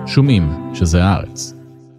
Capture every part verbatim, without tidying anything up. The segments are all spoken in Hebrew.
שומעים שזה הארץ.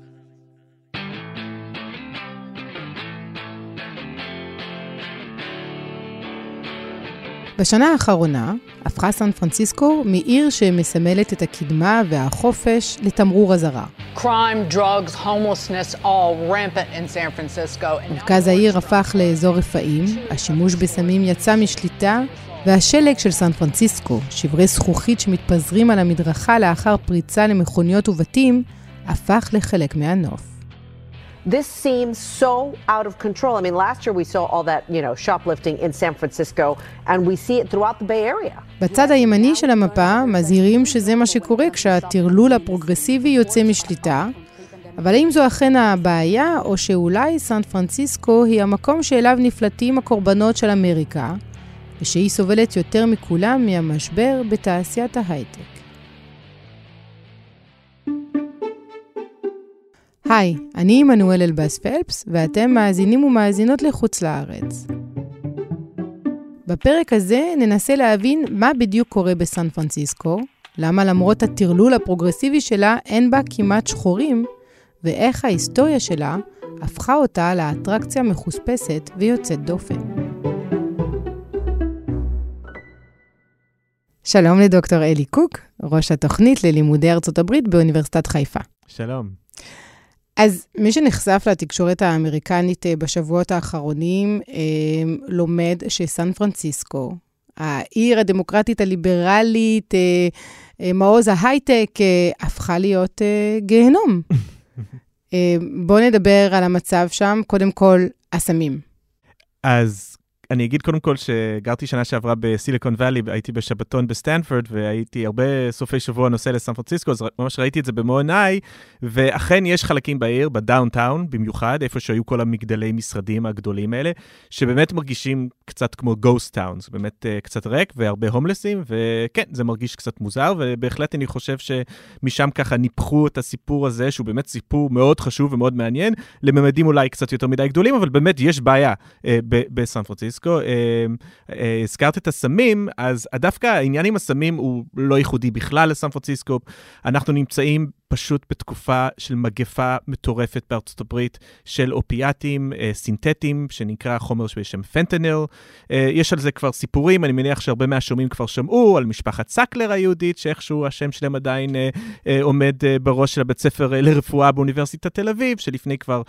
בשנה האחרונה הפכה סן פרנסיסקו מעיר שמסמלת את הקדמה והחופש לתמרור אזהרה. Crime, drugs, homelessness, all rampant in San Francisco. מרכז העיר הפך לאזור רפאים, השימוש בסמים יצא משליטה, והשלג של סן פרנסיסקו, שברי זכוכית שמתפזרים על המדרכה לאחר פריצה למכוניות ובתים, הפך לחלק מהנוף. This seems so out of control. I mean, last year we saw all that, you know, shoplifting in San Francisco, and we see it throughout the Bay Area. בצד הימני של המפה מזהירים שזה מה שקורה כשהטרלול הפרוגרסיבי יוצא משליטה, אבל האם זו אכן הבעיה, או שאולי סן פרנסיסקו היא המקום שאליו נפלטים הקורבנות של אמריקה, ושהיא סובלת יותר מכולם מהמשבר בתעשיית ההייטק. היי, אני עמנואל אלבאס פלפס, ואתם מאזינים ומאזינות לחוץ לארץ. בפרק הזה ננסה להבין מה בדיוק קורה בסן פרנסיסקו, למה למרות הטרלול הפרוגרסיבי שלה אין בה כמעט שחורים, ואיך ההיסטוריה שלה הפכה אותה לאטרקציה מחוספסת ויוצאת דופן. שלום לדוקטור אלי קוק, ראש התוכנית ללימודי ארצות הברית באוניברסיטת חיפה. שלום. אז מי שנחשף לתקשורת האמריקנית בשבועות האחרונים, לומד שסן פרנסיסקו, העיר הדמוקרטית הליברלית, מעוז ההייטק, הפכה להיות גהנום. בואו נדבר על המצב שם, קודם כל, הסמים. אז אני אגיד קודם כל שגרתי שנה שעברה בסיליקון ואלי, הייתי בשבתון בסטנפורד, והייתי הרבה סופי שבוע נוסע לסן פרנסיסקו, אז ממש ראיתי את זה במו עיניי, ואכן יש חלקים בעיר, בדאונטאון במיוחד, איפה שהיו כל המגדלי משרדים הגדולים האלה, שבאמת מרגישים קצת כמו גוסט טאון, זה באמת uh, קצת ריק והרבה הומלסים, וכן, זה מרגיש קצת מוזר, ובהחלט אני חושב שמשם ככה ניפחו את הסיפור הזה, שהוא באמת סיפור מאוד חשוב ומאוד מעניין, לממדים אולי קצת יותר מדי גדולים, אבל באמת יש בעיה uh, בסן פרנסיסקו. הזכרת את הסמים, אז דווקא העניין עם הסמים הוא לא ייחודי בכלל לסן פרנסיסקו. אנחנו נמצאים פשוט בתקופה של מגפה מטורפת בארצות הברית, של אופיאטים סינתטיים, שנקרא חומר בשם פנטניל. יש על זה כבר סיפורים, אני מניח שהרבה מהשומעים כבר שמעו, על משפחת סקלר היהודית, שאיכשהו השם שלהם עדיין עומד בראש של הבית ספר לרפואה באוניברסיטת תל אביב, שלפני כבר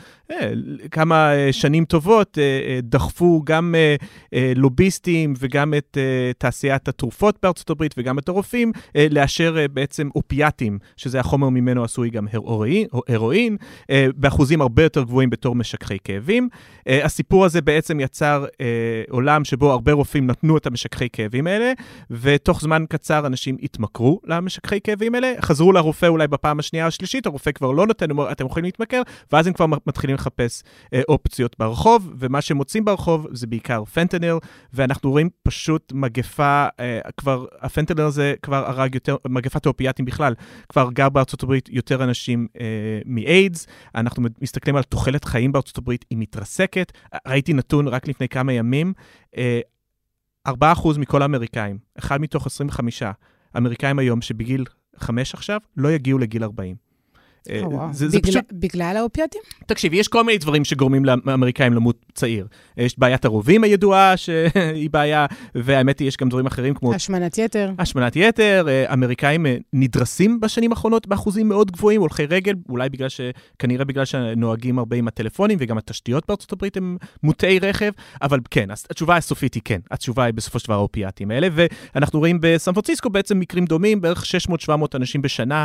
כמה שנים טובות דחפו גם לוביסטים וגם את תעשיית התרופות בארצות הברית וגם את הרופאים, לאשר בעצם אופיאטים, שזה החומר ממנו ממנו עשוי גם הרואין, הרואין, באחוזים הרבה יותר גבוהים בתור משככי כאבים. הסיפור הזה בעצם יצר עולם שבו הרבה רופאים נתנו את המשככי כאבים האלה, ותוך זמן קצר אנשים התמכרו למשככי כאבים האלה, חזרו לרופא אולי בפעם השנייה או השלישית, הרופא כבר לא נותן, אתם יכולים להתמכר, ואז הם כבר מתחילים לחפש אופציות ברחוב, ומה שמוצאים ברחוב זה בעיקר פנטניל, ואנחנו רואים פשוט מגפה, כבר, הפנטניל הזה כבר הרג יותר, מגפת האופיאטים בכלל, כבר גר בארצות הברית יותר אנשים אה, מאיידס, אנחנו מסתכלים על תוחלת חיים בארצות הברית, היא מתרסקת, ראיתי נתון רק לפני כמה ימים, אה, ארבעה אחוז מכל האמריקאים, אחד מתוך עשרים וחמישה אמריקאים היום שבגיל חמש עכשיו, לא יגיעו לגיל ארבעים. זה, זה בגלל, פשוט... בגלל האופיאטים? תקשיב, יש כל מיני דברים שגורמים לאמריקאים למות צעיר. יש בעיית הרובים הידועה שהיא בעיה, והאמת היא יש גם דברים אחרים כמו... השמנת יתר. השמנת יתר, אמריקאים נדרסים בשנים האחרונות באחוזים מאוד גבוהים, הולכי רגל, אולי בגלל ש... כנראה בגלל שנוהגים הרבה עם הטלפונים, וגם התשתיות בארצות הברית הם מוטעי רכב, אבל כן, התשובה הסופית היא כן. התשובה היא בסופו של דבר האופיאטים האלה, ואנחנו רואים בסן פרנסיסקו בעצם מקרים דומים, בערך שש מאות שבע מאות אנשים בשנה,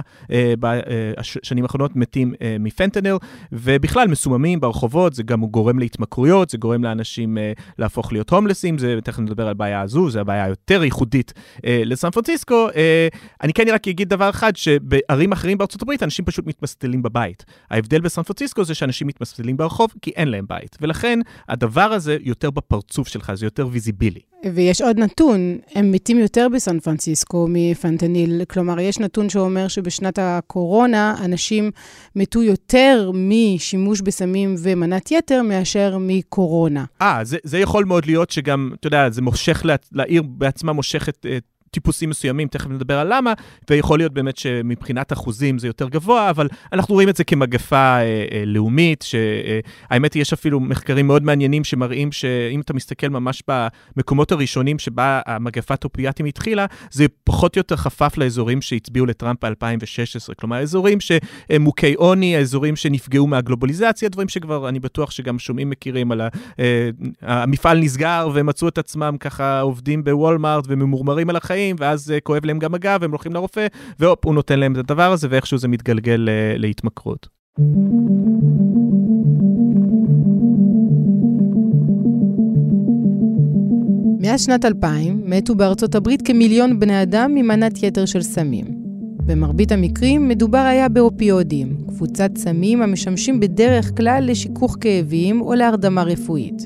בשנים האחרונות מתים אה, מפנטניל, ובכלל מסוממים ברחובות, זה גם גורם להתמכרויות, זה גורם לאנשים אה, להפוך להיות הומלסים, זה תכף נדבר על בעיה הזו, זה הבעיה היותר ייחודית אה, לסן פרנסיסקו. אה, אני כן רק אגיד דבר אחד, שבערים אחרים בארצות הברית, אנשים פשוט מתמסטלים בבית. ההבדל בסן פרנסיסקו זה שאנשים מתמסטלים ברחוב, כי אין להם בית. ולכן, הדבר הזה יותר בפרצוף שלך, זה יותר ויזיבילי. ויש עוד נתון, הם מתים יותר בסן פרנסיסקו מפנטניל, כלומר, יש נתון שאומר שבשנת הקורונה, אנשים מתו יותר משימוש בסמים ומנת יתר, מאשר מקורונה. אה, זה, זה יכול מאוד להיות שגם, אתה יודע, זה מושך, לעיר בעצמה מושכת טיפוסים מסוימים, תכף נדבר על למה, ויכול להיות באמת שמבחינת אחוזים זה יותר גבוה, אבל אנחנו רואים את זה כמגפה אה, אה, לאומית, שהאמת היא, יש אפילו מחקרים מאוד מעניינים שמראים שאם אתה מסתכל ממש במקומות הראשונים שבה המגפת אופיאטים התחילה, זה פחות או יותר חפף לאזורים שהצביעו לטראמפ ב-אלפיים ושש עשרה, כלומר, האזורים שמוכי עוני, האזורים שנפגעו מהגלובליזציה, דברים שכבר אני בטוח שגם שומעים מכירים על ה, אה, המפעל נסגר ומצאו את עצמם ככה עובדים בוולמארט וממורמרים על החיים, ואז אה, כואב להם גם הגב, והם הולכים לרופא, והופ, הוא נותן להם את הדבר הזה, ואיכשהו זה מתגלגל אה, להתמכרות. מאז שנת אלפיים מתו בארצות הברית כמיליון בני אדם ממנת יתר של סמים. במרבית המקרים מדובר היה באופיואידים, קבוצת סמים המשמשים בדרך כלל לשיכוך כאבים או להרדמה רפואית.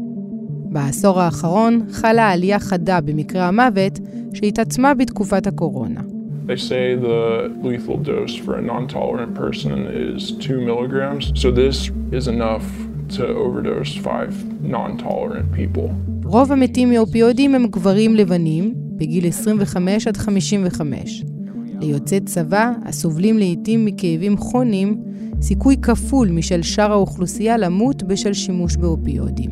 בעשור האחרון חלה עלייה חדה במקרי המוות שהתעצמה בתקופת הקורונה. They say the lethal dose for a non-tolerant person is two milligrams, so this is enough to overdose five non-tolerant people. רוב המתים מאופיואידים הם גברים לבנים בגיל עשרים וחמש עד חמישים וחמש. ליוצאי צבא, הסובלים לעתים מכאבים כרוניים, סיכוי כפול משל שאר האוכלוסייה למות בשל שימוש באופיואידים.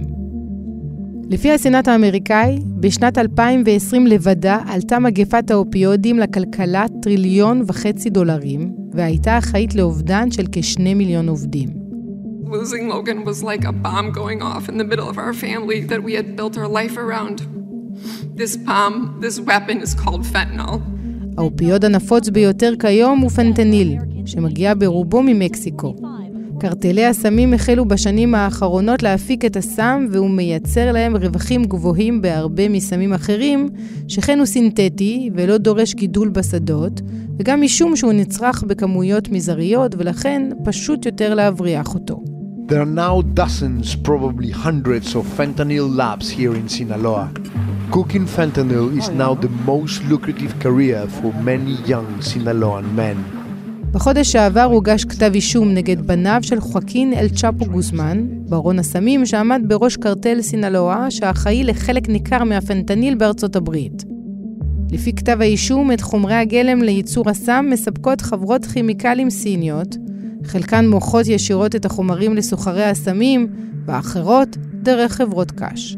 לפי הסנאט האמריקאי, בשנת אלפיים ועשרים לבדה עלתה מגפת האופיואידים לכלכלה טריליון וחצי דולרים, והייתה אחראית לאובדן של כשני מיליון עובדים. Losing Logan was like a bomb going off in the middle of our family that we had built our life around. This bomb, this weapon is called fentanyl. האופיואיד הנפוץ ביותר כיום הוא פנטניל, שמגיע ברובו ממקסיקו. קרטלי הסמים החלו בשנים האחרונות להפיק את הסם, והוא מייצר להם רווחים גבוהים בהרבה מסמים אחרים, שכן הוא סינתטי ולא דורש גידול בשדות, וגם משום שהוא נצרך בכמויות מזעריות, ולכן פשוט יותר להבריח אותו. There are now dozens, probably hundreds of fentanyl labs here in Sinaloa. Cooking fentanyl is now the most lucrative career for many young Sinaloan men. בחודש שעבר הוגש כתב אישום נגד בניו של חואקין אל צ'אפו גוזמן, ברון הסמים שעמד בראש קרטל סינלואה, שאחראי לחלק ניכר מהפנטניל בארצות הברית. לפי כתב האישום, את חומרי הגלם לייצור הסם מספקות חברות כימיקלים סיניות, חלקן מוכרות ישירות את החומרים לסוחרי הסמים, ואחרות דרך חברות קש.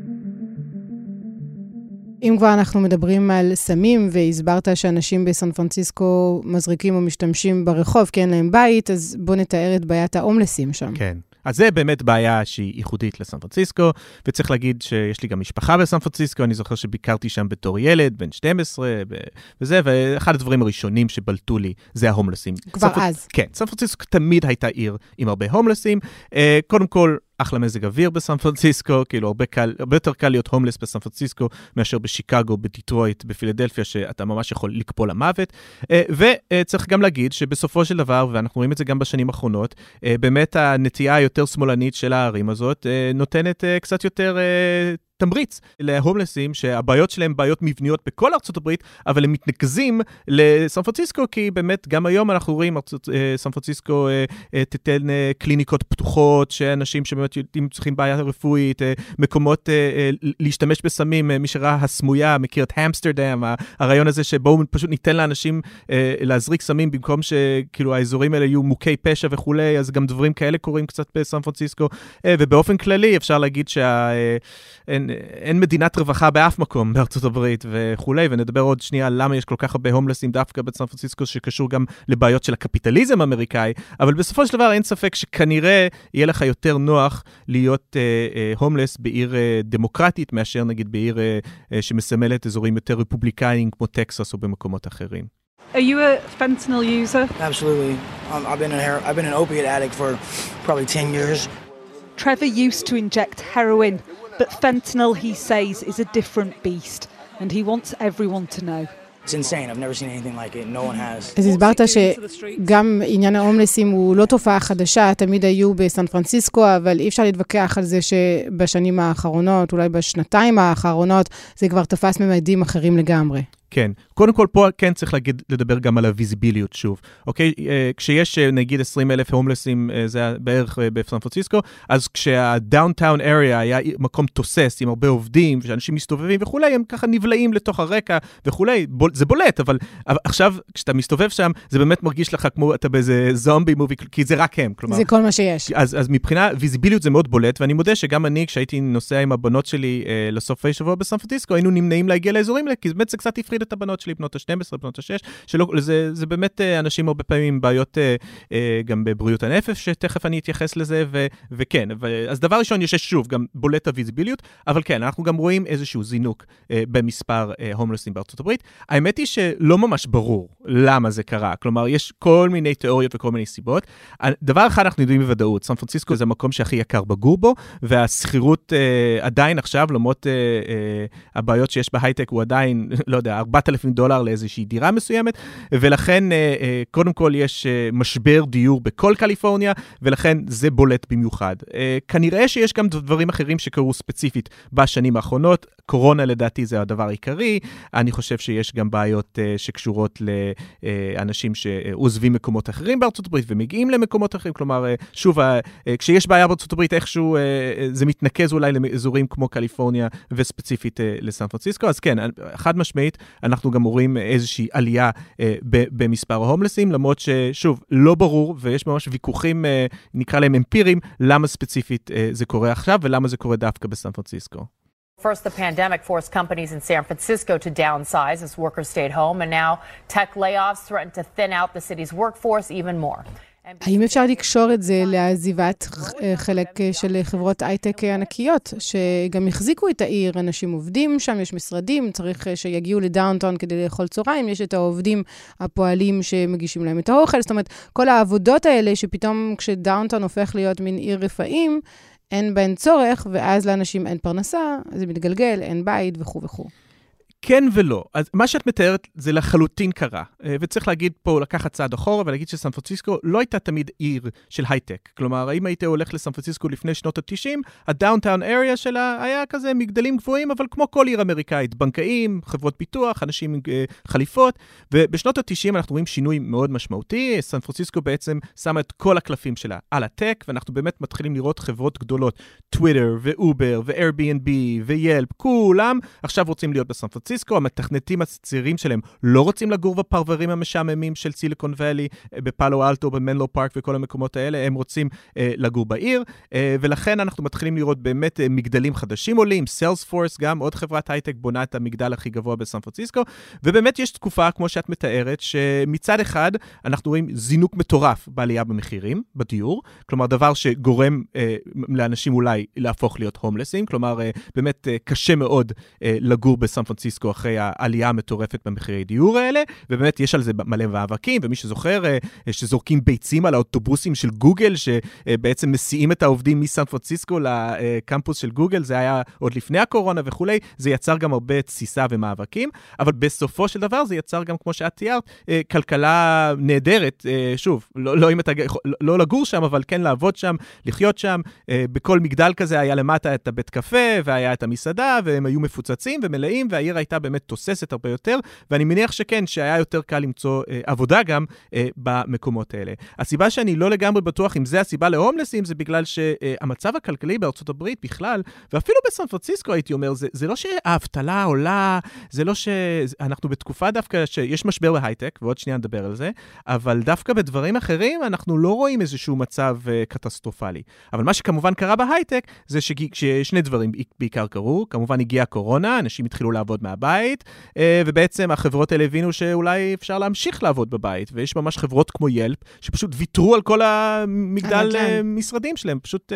אם כבר אנחנו מדברים על סמים, והסברת שאנשים בסן פרנסיסקו מזריקים או משתמשים ברחוב, כי אין להם בית, אז בוא נתאר את בעיית ההומלסים שם. כן. אז זה באמת בעיה שהיא ייחודית לסן פרנסיסקו, וצריך להגיד שיש לי גם משפחה בסן פרנסיסקו, אני זוכר שביקרתי שם בתור ילד, בן שתים עשרה, וזה, ואחד הדברים הראשונים שבלטו לי, זה ההומלסים. כבר אז. כן, סן פרנסיסקו תמיד הייתה עיר עם הרבה הומלסים. קודם כל, אחלה מזג אוויר בסן פרנסיסקו, כאילו הרבה, קל, הרבה יותר קל להיות הומלס בסן פרנסיסקו מאשר בשיקגו, בדיטרויט, בפילדלפיה, שאתה ממש יכול לקפוא למוות. וצריך גם להגיד שבסופו של דבר, ואנחנו רואים את זה גם בשנים האחרונות, באמת הנטייה היותר שמאלנית של הערים הזאת נותנת קצת יותר תמריץ להומלסים, שהבעיות שלהם בעיות מבניות בכל ארצות הברית, אבל הם מתנקזים לסן פרנסיסקו, כי באמת גם היום אנחנו רואים, ארצות, סן פרנסיסקו תתן קליניקות פתוחות, שאנשים שבאמת יודעים צריכים בעיה רפואית, מקומות להשתמש בסמים, מי שראה הסמויה, מכיר את אמסטרדם, הרעיון הזה שבואו פשוט ניתן לאנשים להזריק סמים, במקום שכאילו האזורים האלה יהיו מוכי פשע וכולי, אז גם דברים כאלה קורים קצת בסן פרנסיסקו, ובאופן כללי אפשר להגיד שה... אין, אין מדינת רווחה באף מקום בארצות הברית וכולי, ונדבר עוד שנייה למה יש כל כך הרבה הומלסים דווקא בסן פרנסיסקו, שקשור גם לבעיות של הקפיטליזם האמריקאי, אבל בסופו של דבר אין ספק שכנראה יהיה לך יותר נוח להיות אה, אה, הומלס בעיר אה, דמוקרטית, מאשר נגיד בעיר אה, אה, שמסמלת אזורים יותר רפובליקאים כמו טקסס או במקומות אחרים. Are you a fentanyl user? Absolutely. Um, I've been an I've been an opiate addict for probably ten years. Trevor used to inject heroin, but fentanyl, he says, is a different beast, and he wants everyone to know. It's insane. I've never seen anything like it. No one has. אז הסברת שגם עניין ההומלסים הוא לא תופעה חדשה, תמיד היו בסן פרנסיסקו, אבל אי אפשר להתווכח על זה שבשנים האחרונות, אולי בשנתיים האחרונות, זה כבר תפס ממדים אחרים לגמרי. כן. קודם כל, פה כן צריך להגיד, לדבר גם על הוויזיביליות שוב. אוקיי? כשיש נגיד עשרים אלף הומלסים, זה בערך בסן פרנסיסקו, אז כשהדאונטאון אריה היה מקום תוסס עם הרבה עובדים, שאנשים מסתובבים וכולי, הם ככה נבלעים לתוך הרקע וכולי. זה בולט, אבל עכשיו, כשאתה מסתובב שם, זה באמת מרגיש לך כמו אתה באיזה זומבי מובי, כי זה רק הם. כלומר, זה כל מה שיש. אז, אז מבחינה ויזיביליות זה מאוד בולט, ואני מודה שגם אני, כשהייתי נוסע עם הבנות שלי לסופי שבוע בסן פרנסיסקו, היינו נמנעים להגיע לאזורים, כי באמת זה קצת הפחיד את הבנות שלי, בנות ה-שתים עשרה, בנות ה-שש, שלא, זה, זה באמת אנשים הרבה פעמים עם בעיות גם בבריאות הנפש, שתכף אני אתייחס לזה, ו, וכן, ו, אז דבר ראשון, יש שוב גם בולט הוויזיביליות, אבל כן, אנחנו גם רואים איזשהו זינוק במספר הומלסים בארצות הברית. האמת היא שלא ממש ברור למה זה קרה, כלומר, יש כל מיני תיאוריות וכל מיני סיבות. דבר אחד אנחנו יודעים בוודאות, סן פרנסיסקו זה המקום שהכי יקר בגור בו, והסחירות עדיין עכשיו, למרות הבעיות שיש בהייטק, הוא עדיין, לא יודע, ארבעת אלפים דולר לאיזושהי דירה מסוימת, ולכן קודם כל יש משבר דיור בכל קליפורניה, ולכן זה בולט במיוחד. כנראה שיש גם דברים אחרים שקרו ספציפית בשנים האחרונות, קורונה לדעתי זה הדבר העיקרי, אני חושב שיש גם בעיות שקשורות לאנשים שעוזבים מקומות אחרים בארצות הברית ומגיעים למקומות אחרים, כלומר, שוב, כשיש בעיה בארצות הברית, איכשהו זה מתנקז אולי לאזורים כמו קליפורניה וספציפית לסן פרנסיסקו, אז כן, חד משמעית, אנחנו גם רואים איזושהי עלייה במספר ההומלסים, למרות ששוב, לא ברור, ויש ממש ויכוחים, נקרא להם אמפיריים, למה ספציפית זה קורה עכשיו, ולמה זה קורה דווקא בסן פרנסיסקו. First, the pandemic forced companies in San Francisco to downsize as workers stayed home, and now tech layoffs threaten to thin out the city's workforce even more. האם אפשר לקשור את זה לעזיבת חלק של חברות הייטק ענקיות, שגם החזיקו את העיר, אנשים עובדים שם, יש משרדים, צריך שיגיעו לדאונטאון כדי לאכול צהריים, יש את העובדים הפועלים שמגישים להם את האוכל, זאת אומרת, כל העבודות האלה שפתאום כשדאונטאון הופך להיות מין עיר רפאים, אין בהן צורך, ואז לאנשים אין פרנסה, זה מתגלגל, אין בית וכו' וכו'. כן ולא. אז מה שאת מתארת זה לחלוטין קרה. וצריך להגיד פה, לקחת צעד אחורה ולהגיד שסן פרנסיסקו לא הייתה תמיד עיר של הייטק. כלומר, אם היית הולך לסן פרנסיסקו לפני שנות ה-תשעים, הדאונטאון אריה שלה היה כזה מגדלים גבוהים, אבל כמו כל עיר אמריקאית, בנקאים, חברות פיתוח, אנשים עם חליפות, ובשנות ה-תשעים אנחנו רואים שינוי מאוד משמעותי. סן פרנסיסקו בעצם שמה את כל הקלפים שלה על הטק, ואנחנו באמת מתחילים לראות חברות גדולות, טוויטר ואובר ו-Airbnb ויילפ, כולם עכשיו רוצים להיות בסן פרנסיסקו. המתכנתים הצעירים שלהם לא רוצים לגור בפרברים המשעממים של סיליקון ואלי, בפאלו אלטו, במנלו פארק וכל המקומות האלה, הם רוצים אה, לגור בעיר, אה, ולכן אנחנו מתחילים לראות באמת אה, מגדלים חדשים עולים, סיילספורס גם, עוד חברת הייטק בונה את המגדל הכי גבוה בסן פרנסיסקו, ובאמת יש תקופה, כמו שאת מתארת, שמצד אחד אנחנו רואים זינוק מטורף בעלייה במחירים, בדיור, כלומר דבר שגורם אה, לאנשים אולי להפוך להיות הומלסים, כלומר אה, באמת אה, קשה מאוד אה, לגור בסן פרנסיסקו, אחרי העלייה המטורפת במחירי דיור האלה, ובאמת יש על זה מלא מאבקים, ומי שזוכר שזורקים ביצים על האוטובוסים של גוגל, שבעצם מסיעים את העובדים מסן פרנסיסקו לקמפוס של גוגל, זה היה עוד לפני הקורונה וכולי, זה יצר גם הרבה תסיסה ומאבקים, אבל בסופו של דבר זה יצר גם, כמו שאת תיארת, כלכלה נהדרת, שוב, לא, לא, אם אתה, לא לגור שם, אבל כן לעבוד שם, לחיות שם, בכל מגדל כזה היה למטה את הבית קפה, והיה את המסעדה, והם היו מפוצצים ומלאים, והעיר הייתה באמת תוססת הרבה יותר, ואני מניח שכן, שהיה יותר קל למצוא אה, עבודה גם אה, במקומות האלה. הסיבה שאני לא לגמרי בטוח אם זה הסיבה להומלסים, זה בגלל שהמצב אה, הכלכלי בארצות הברית בכלל, ואפילו בסן פרנסיסקו הייתי אומר, זה, זה לא שהאבטלה עולה, זה לא שאנחנו בתקופה דווקא שיש משבר בהייטק, ועוד שנייה נדבר על זה, אבל דווקא בדברים אחרים אנחנו לא רואים איזשהו מצב אה, קטסטרופלי. אבל מה שכמובן קרה בהייטק, זה ששני דברים בעיקר קרו, כמובן הגיעה הקורונה, אנשים התחילו לעבוד מהבית, ובעצם החברות האלה הבינו שאולי אפשר להמשיך לעבוד בבית, ויש ממש חברות כמו ילפ, שפשוט ויתרו על כל המגדל משרדים שלהם, פשוט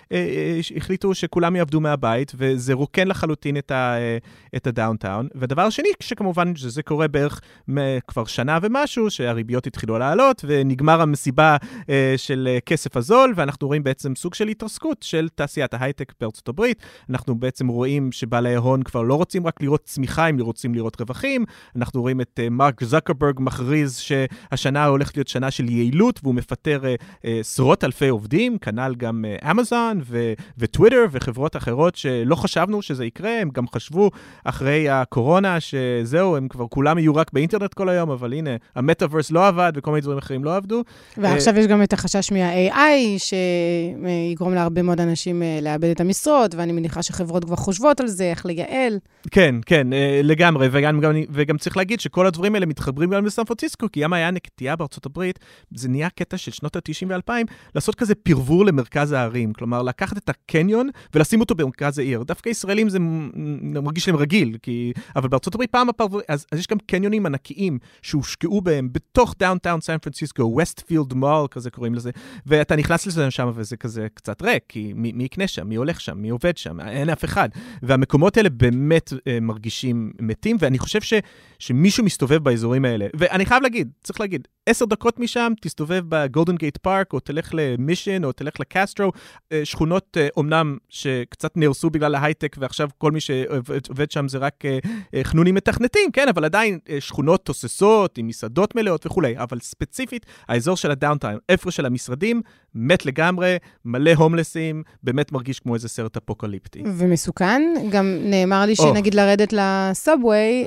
החליטו שכולם יעבדו מהבית, וזה רוקן לחלוטין את הדאונטאון. והדבר השני, שכמובן שזה קורה בערך כבר שנה ומשהו, שהריביות התחילו לעלות, ונגמר המסיבה של כסף הזול, ואנחנו רואים בעצם סוג של התרסקות של תעשיית ההייטק בארצות הברית. אנחנו בעצם רואים שבעלי ההון כבר לא רוצים רק לראות צמיחה צמיחה, אם רוצים לראות רווחים. אנחנו רואים את מרק זקרברג מכריז שהשנה הולכת להיות שנה של יעילות, והוא מפטר עשרות אלפי עובדים, כנ"ל גם אמזון וטוויטר וחברות אחרות שלא חשבנו שזה יקרה, הם גם חשבו אחרי הקורונה שזהו, הם כבר כולם יהיו רק באינטרנט כל היום, אבל הנה, המטאברס לא עבד וכל מיני דברים אחרים לא עבדו. ועכשיו יש גם את החשש מה-איי איי, שיגרום להרבה מאוד אנשים לאבד את המשרות, ואני מניחה שחברות כבר חושבות על זה, איך לייעל. כן, כן, לגמרי, וגם, וגם צריך להגיד שכל הדברים האלה מתחברים גם בסן פרנסיסקו, כי גם היה נקטייה בארצות הברית, זה נהיה קטע של שנות ה-תשעים ואלפיים, לעשות כזה פרבור למרכז הערים, כלומר, לקחת את הקניון ולשים אותו במרכז העיר. דווקא ישראלים זה מרגיש להם רגיל, כי... אבל בארצות הברית פעם הפרבור... אז, אז יש גם קניונים ענקיים שהושקעו בהם בתוך דאונטאון סן פרנסיסקו, ווסטפילד מול, כזה קוראים לזה, ואתה נכנס לזה שם וזה כזה קצת ריק, כי מי, מי יקנה שם, מי הולך שם, מי עובד שם, אין אף אחד. והמקומות האלה באמת אה, מרגישים מתים, ואני חושב ש, שמישהו מסתובב באזורים האלה. ואני חייב להגיד, צריך להגיד, עשר דקות משם, תסתובב בגולדן גייט פארק, או תלך למישן, או תלך לקסטרו, שכונות אומנם שקצת נהרסו בגלל ההייטק, ועכשיו כל מי שעובד שם זה רק חנונים מתכנתים, כן, אבל עדיין שכונות תוססות, עם מסעדות מלאות וכו'. אבל ספציפית, האזור של הדאונטאון, איפה של המשרדים, מת לגמרי, מלא הומלסים, באמת מרגיש כמו איזה סרט אפוקליפטי. ומסוכן, גם נאמר לי שנגיד לרדת לסאבווי,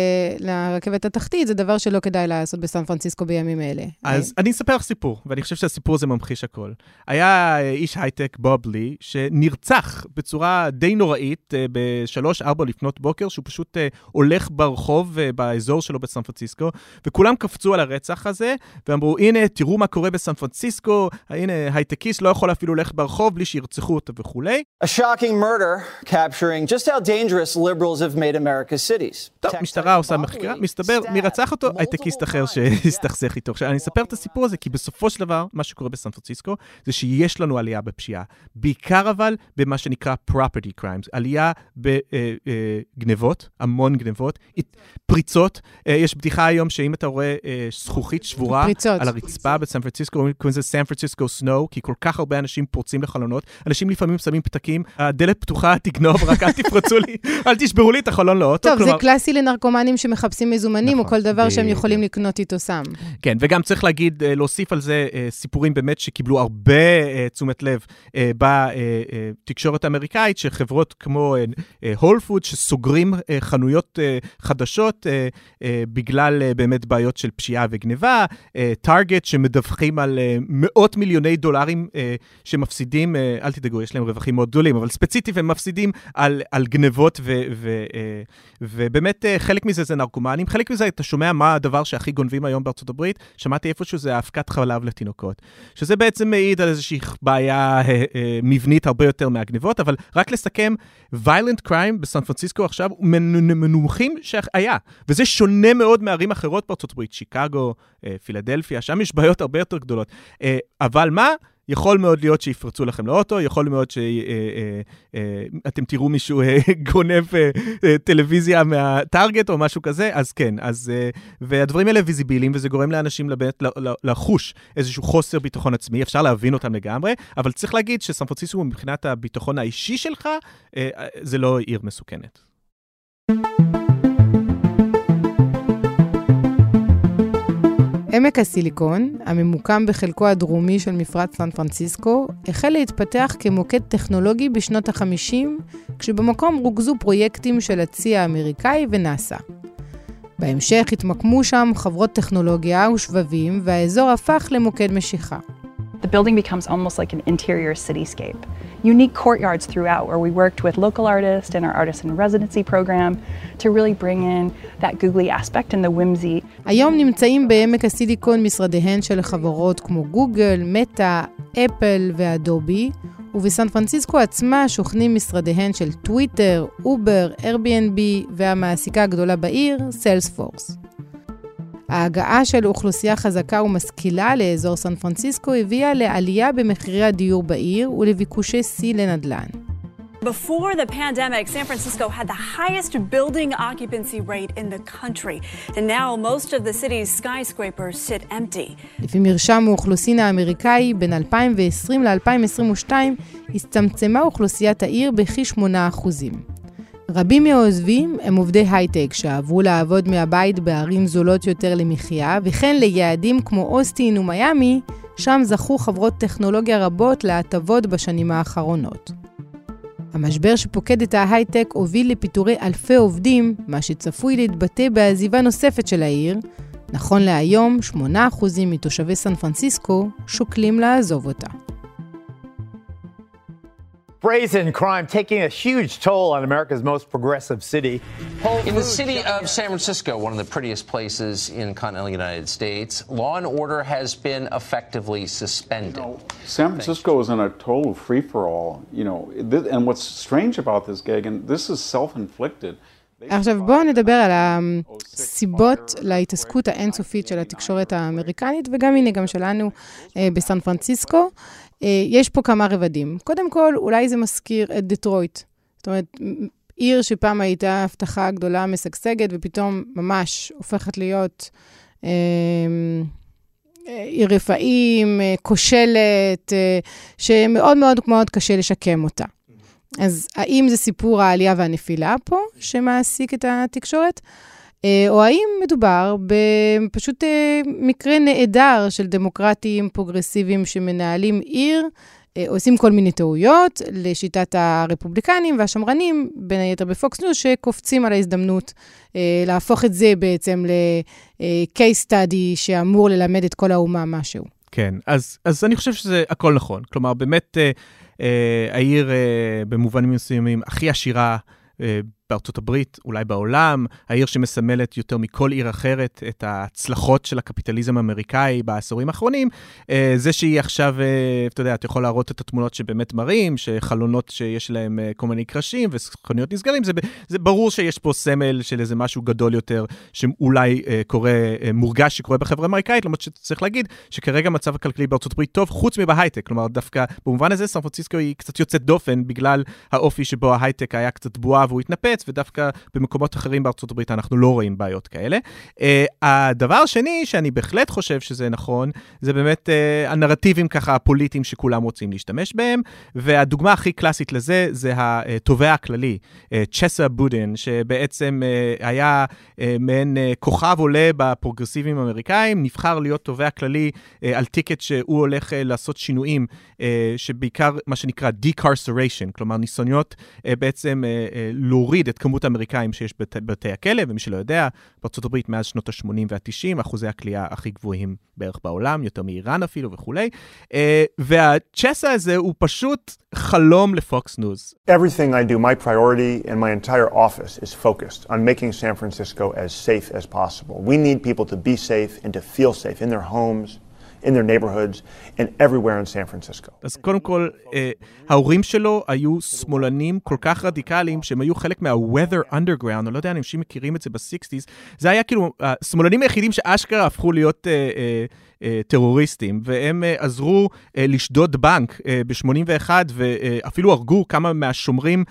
לרכבת התחתית, זה דבר שלא כדאי לעשות בסן פרנסיסקו בימים אלה. אז אני אספר לך סיפור, ואני חושב שהסיפור הזה ממחיש הכל. היה איש הייטק, בוב לי, שנרצח בצורה די נוראית בשלוש, ארבע לפנות בוקר, שהוא פשוט הולך ברחוב באזור שלו בסן פרנסיסקו, וכולם קפצו על הרצח הזה, ואמרו, הנה, תראו מה קורה בסן פרנסיסקו, הנה, הייטקיסט לא יכול אפילו ללכת ברחוב בלי שירצחו אותו וכולי. A shocking murder capturing just how dangerous liberals have made America's cities. טוב, משטרה עושה מחקר, מסתבר, מי רצח אותו? הייטקיסט אחר שהסתכסך איתו. עכשיו, אני אספר את הסיפור הזה, כי בסופו של דבר, מה שקורה בסן פרנסיסקו, זה שיש לנו עלייה בפשיעה. בעיקר אבל, במה שנקרא property crimes. עלייה בגנבות, המון גנבות, פריצות. יש בדיחה היום שאם אתה רואה זכוכית שבורה על הרצפה בסן פרנסיסקו, קוראים לזה סן פרנסיסקו סנואו, כי כל כך הרבה אנשים פורצים לחלונות. אנשים לפעמים שמים פתקים, הדלת פתוחה, תגנוב, רק אל תפרצו לי, אל תשברו לי את החלון לאוטו. טוב, זה קלאסי לנרקומנים שמחפשים מזומנים, או כל דבר שהם יכולים לקנות איתו סם. כן, וגם צריך להגיד, להוסיף על זה סיפורים באמת שקיבלו הרבה תשומת לב בתקשורת האמריקאית, שחברות כמו הול פוד, שסוגרים חנויות חדשות בגלל באמת בעיות של פשיעה וגניבה, טארגט שמדווחים על מאות מיליוני דולרים שמפסידים, אל תדאגו, יש להם רווחים מאוד גדולים, אבל ספציפית הם מפסידים על, על גנבות ו, ו, ובאמת חלק מזה זה נרקומנים, חלק מזה אתה שומע מה הדבר שהכי גונבים היום בארצות הברית, שמעתי איפשהו זה האבקת חלב לתינוקות, שזה בעצם מעיד על איזושהי בעיה מבנית הרבה יותר מהגנבות, אבל רק לסכם, violent crime בסן פרנסיסקו עכשיו מנומחים שהיה, וזה שונה מאוד מערים אחרות בארצות הברית, שיקגו, פילדלפיה, שם יש בעיות הרבה יותר גדולות, אבל מה? יכול מאוד להיות שיפרצו לכם לאוטו, יכול מאוד שאתם תראו מישהו גונב טלוויזיה מהטארגט או משהו כזה, אז כן, אז, והדברים האלה ויזיביליים, וזה גורם לאנשים לבית, לחוש איזשהו חוסר ביטחון עצמי, אפשר להבין אותם לגמרי, אבל צריך להגיד שסן פרנסיסקו מבחינת הביטחון האישי שלך, זה לא עיר מסוכנת. עמק הסיליקון, הממוקם בחלקו הדרומי של מפרץ סן פרנסיסקו, החל להתפתח כמוקד טכנולוגי בשנות ה-חמישים, כשבמקום רוכזו פרויקטים של הצי האמריקאי ונאסא. בהמשך התמקמו שם חברות טכנולוגיה ושבבים, והאזור הפך למוקד משיכה. The building becomes almost like an interior cityscape. Unique courtyards throughout where we worked with local artists and our artist in residency program to really bring in that googly aspect and the whimsy. היום נמצאים בעמק הסיליקון משרדיהן של חברות כמו גוגל, מטה, אפל ואדובי, ובסן פרנסיסקו עצמה שוכנים משרדיהן של טוויטר, אובר, אירביאנבי והמעסיקה הגדולה בעיר, סיילספורס. ההגעה של אוכלוסייה חזקה ומשכילה לאזור סן פרנסיסקו הביאה לעלייה במחירי הדיור בעיר ולביקושי שיא לנדל"ן. Before the pandemic, San Francisco had the highest building occupancy rate in the country. And now most of the city's skyscrapers sit empty. לפי מרשם האוכלוסין האמריקאי, בין אלפיים ועשרים ל-אלפיים עשרים ושתיים הצטמצמה אוכלוסיית העיר בכ-שמונה אחוזים. רבים מהעוזבים הם עובדי הייטק שעברו לעבוד מהבית בערים זולות יותר למחיה, וכן ליעדים כמו אוסטין ומיימי, שם זכו חברות טכנולוגיה רבות להטבות בשנים האחרונות. המשבר שפוקד את ההייטק הוביל לפיטורי אלפי עובדים, מה שצפוי להתבטא בעזיבה נוספת של העיר. נכון להיום, שמונה אחוז מתושבי סן פרנסיסקו שוקלים לעזוב אותה. Brazen crime taking a huge toll on America's most progressive city. In the city of San Francisco, one of the prettiest places in continental United States, law and order has been effectively suspended. You know, San Francisco is in a total free-for-all, you know, th- and what's strange about this, Gagan, this is self-inflicted. עכשיו בואו נדבר על הסיבות להתעסקות האינסופית של התקשורת האמריקנית, וגם הנה גם שלנו בסן פרנסיסקו. יש פה כמה רבדים. קודם כל, אולי זה מזכיר את דטרויט. זאת אומרת, עיר שפעם הייתה הבטחה גדולה משגשגת, ופתאום ממש הופכת להיות אה, עיר רפאים, כושלת, אה, שמאוד מאוד מאוד קשה לשקם אותה. אז האם זה סיפור העלייה והנפילה פה, שמעסיק את התקשורת? או האם מדובר בפשוט מקרה נהדר של דמוקרטים פרוגרסיביים שמנהלים עיר, עושים כל מיני טעויות לשיטת הרפובליקנים והשמרנים, בין היתר בפוקס ניוז, שקופצים על ההזדמנות להפוך את זה בעצם ל-case study שאמור ללמד את כל האומה משהו. כן, אז, אז אני חושב שזה הכל נכון. כלומר, באמת אה, העיר אה, במובנים מסוימים הכי עשירה אה, בארצות הברית, אולי בעולם, העיר שמסמלת יותר מכל עיר אחרת את ההצלחות של הקפיטליזם האמריקאי בעשורים האחרונים, זה שהיא עכשיו, אתה יודע, אתה יכול להראות את התמונות שבאמת מראים, שחלונות שיש להם כל מיני קרשים וחנויות נסגרים, זה, זה ברור שיש פה סמל של איזה משהו גדול יותר, שאולי קורה, מורגש שקורה בחברה האמריקאית, למרות שצריך להגיד שכרגע מצב הכלכלי בארצות הברית טוב, חוץ מבהייטק, כלומר דווקא במובן הזה סן פרנסיסקו היא קצת יוצאת דופן, בגלל האופי שבו ההייטק היה קצת בועה והוא התנפץ, ודווקא במקומות אחרים בארצות הברית אנחנו לא רואים בעיות כאלה. Uh, הדבר השני שאני בהחלט חושב שזה נכון, זה באמת uh, הנרטיבים ככה הפוליטיים שכולם רוצים להשתמש בהם, והדוגמה הכי קלאסית לזה זה התובע הכללי, uh, צ'סה בודן, שבעצם uh, היה uh, מעין uh, כוכב עולה בפרוגרסיבים האמריקאים, נבחר להיות תובע כללי uh, על טיקט שהוא הולך uh, לעשות שינויים, uh, שבעיקר מה שנקרא decarceration, כלומר ניסיונות uh, בעצם uh, uh, להוריד את כמות האמריקאים שיש בבתי הכלא, ומי שלא יודע, בארצות הברית מאז שנות ה-שמונים וה-תשעים, אחוזי הכלייה הכי גבוהים בערך בעולם, יותר מאיראן אפילו וכולי. והצ'סה הזה הוא פשוט חלום לפוקס ניוז. Everything I do, my priority and my entire office is focused on making San Francisco as safe as possible. We need people to be safe and to feel safe in their homes, in their neighborhoods, and everywhere in San Francisco. אז קודם כל, ההורים שלו היו שמאלנים כל כך רדיקליים, שהם היו חלק מה-Weather Underground, אני לא יודע, אנשים מכירים את זה ב-סיקסטיז, זה היה כאילו, השמאלנים היחידים שאשכרה הפכו להיות טרוריסטים, והם עזרו לשדוד בנק ב-שמונים ואחת, ואפילו הרגו כמה מהשומרים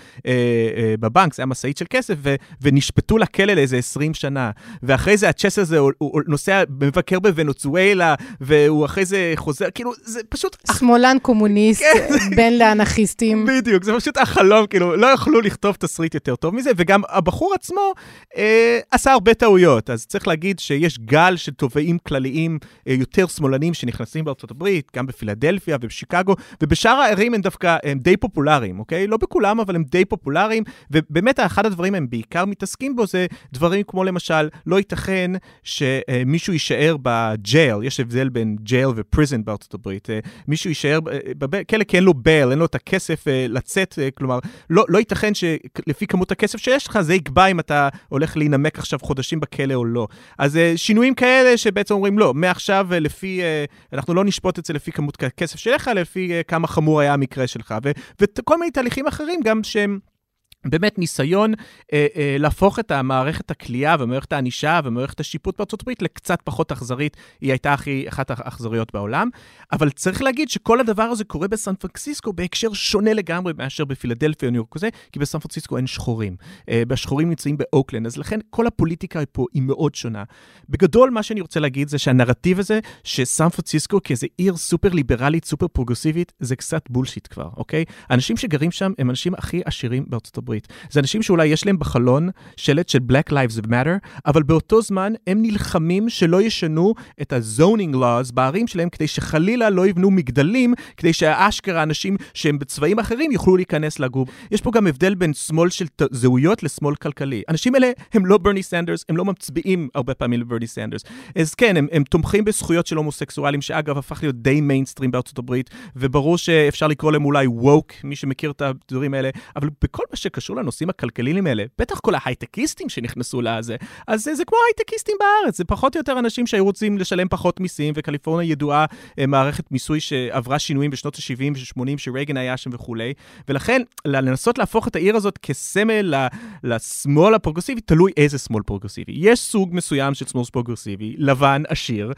בבנק, זה היה מסעית של כסף, ונשפטו לכלא לאיזה עשרים שנה, ואחרי זה הצ'ס הזה, הוא נוסע, מבקר בוונצואלה, והוא אחרי זה חוזר, כאילו, זה פשוט... שמאלן קומוניסט, בין לאנרכיסטים. בדיוק, זה פשוט החלום, כאילו, לא יכלו לכתוב תסריט יותר טוב מזה, וגם הבחור עצמו אה, עשה הרבה טעויות, אז צריך להגיד שיש גל של תובעים כלליים אה, יותר שמאלנים שנכנסים בארצות הברית, גם בפילדלפיה ובשיקגו, ובשאר הערים הם דווקא הם די פופולריים, אוקיי? לא בכולם, אבל הם די פופולריים, ובאמת אחד הדברים הם בעיקר מתעסקים בו, זה דברים כמו למשל, לא ייתכן שמישהו יישאר בג'ייל, יש הבדל בין ג'ייל ופריזן בארצות הברית, מישהו יישאר בכלא כי אין לו בייל, אין לו את הכסף לצאת, כלומר, לא, לא ייתכן שלפי כמות הכסף שיש לך, זה יקבע אם אתה הולך להינמק עכשיו חודשים בכלא או לא. אז שינויים כאלה שבעצם אומרים, לא, מעכשיו לפי, אנחנו לא נשפוט את זה לפי כמות הכסף שלך, לפי כמה חמור היה המקרה שלך, ו- וכל מיני תהליכים אחרים גם שהם, באמת ניסיון אה, אה, להפוך את המערכת הכלייה ומערכת הענישה ומערכת השיפוט בארצות הברית לקצת פחות אכזרית, היא הייתה הכי אחת האכזריות בעולם, אבל צריך להגיד שכל הדבר הזה קורה בסן פרנסיסקו בהקשר שונה לגמרי מאשר בפילדלפיה או ניו יורק כזה, כי בסן פרנסיסקו אין שחורים, אה, והשחורים נמצאים באוקלנד, אז לכן כל הפוליטיקה פה היא מאוד שונה. בגדול מה שאני רוצה להגיד זה שהנרטיב הזה שסן פרנסיסקו כאיזה עיר סופר ליברלית, סופר פרוגרסיבית, זה קצת בולשיט כבר, אוקיי? האנשים שגרים שם הם אנשים הכי עשירים בארצות הברית. הברית. זה אנשים שאולי יש להם בחלון שלט של Black Lives Matter, אבל באותו זמן הם נלחמים שלא ישנו את ה-zoning laws בערים שלהם, כדי שחלילה לא יבנו מגדלים, כדי שהאשכרה אנשים שהם בצבעים אחרים יוכלו להיכנס לגור. יש פה גם הבדל בין שמאל של זהויות לשמאל כלכלי. אנשים אלה הם לא ברני סנדרס, הם לא מצביעים הרבה פעמים לברני סנדרס. אז כן, הם, הם תומכים בזכויות של הומוסקסואלים, שאגב הפך להיות די מיינסטרים בארצות הברית, וברור שאפשר לקרוא להם אולי ווק, מי שמכיר את הדברים האלה, אבל בכל מה שקשור לנושאים הכלכליים האלה, בטח כל ההייטקיסטים שנכנסו לזה, אז זה, זה כמו ההייטקיסטים בארץ, זה פחות או יותר אנשים שהיו רוצים לשלם פחות מיסים, וקליפורניה ידועה מערכת מיסוי שעברה שינויים בשנות ה-שבעים ו-שמונים, שרייגן היה שם וכולי, ולכן לנסות להפוך את העיר הזאת כסמל לשמאל הפרוגרסיבי, תלוי איזה שמאל פרוגרסיבי. יש סוג מסוים של שמאל פרוגרסיבי, לבן, עשיר,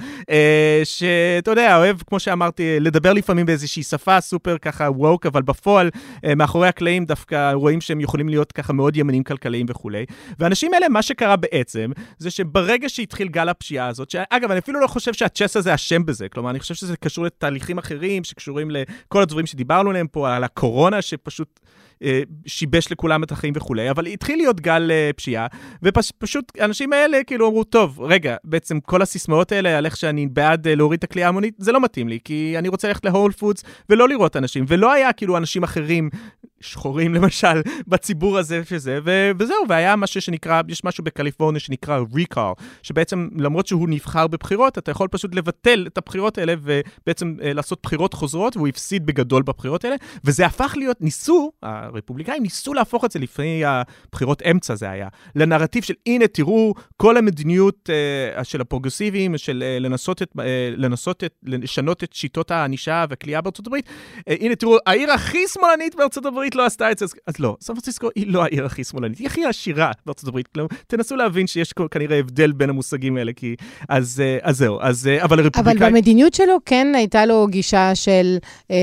שאתה יודע, אוהב, כמו שאמרתי, לדבר לפעמים באיזושהי שפה סופר ככה ווק, אבל בפועל, מאחורי הקלעים דווקא רואים שהם יכולים להיות ככה מאוד ימנים כלכליים וכולי. ואנשים האלה, מה שקרה בעצם, זה שברגע שהתחיל גל הפשיעה הזאת, שאגב, אני אפילו לא חושב שהצ'ס הזה אשם בזה, כלומר, אני חושב שזה קשור לתהליכים אחרים, שקשורים לכל הדברים שדיברנו עליהם פה, על הקורונה שפשוט שיבש לכולם את החיים וכולי, אבל התחיל להיות גל פשיעה, ופשוט האנשים האלה כאילו אמרו, טוב, רגע, בעצם כל הסיסמאות האלה, על איך שאני בעד להוריד את הכלייה המונית, זה לא מתאים לי, כי אני רוצה ללכת להול פודס ולא לראות אנשים, ולא היה כאילו אנשים אחרים שחורים למשל בציבור הזה שזה, וזהו, והיה משהו שנקרא, יש משהו בקליפורניה שנקרא recall, שבעצם למרות שהוא נבחר בבחירות, אתה יכול פשוט לבטל את הבחירות האלה, ובעצם לעשות בחירות חוזרות, והוא הפסיד בגדול בבחירות האלה, וזה הפך להיות, ניסו, הרפובליקאים ניסו להפוך את זה לפני הבחירות אמצע זה היה, לנרטיב של הנה תראו, כל המדיניות uh, של הפרוגרסיביים, של uh, לנסות, את, uh, לנסות את, לשנות את שיטות הענישה והכלייה בארצות הברית, uh, הנה תראו, העיר הכי שמאלנית בארצות הברית לא עשתה את זה, אז לא, סן פרנסיסקו היא לא העיר הכי שמאלנית, היא הכי עשירה בארצות הברית, כלומר, תנסו להבין שיש כנראה הבדל בין המושגים האלה, כי אז, uh, אז זהו, אז, uh, אבל הרפובליקאים... אבל במדיניות שלו כן הייתה לו גישה של... Uh,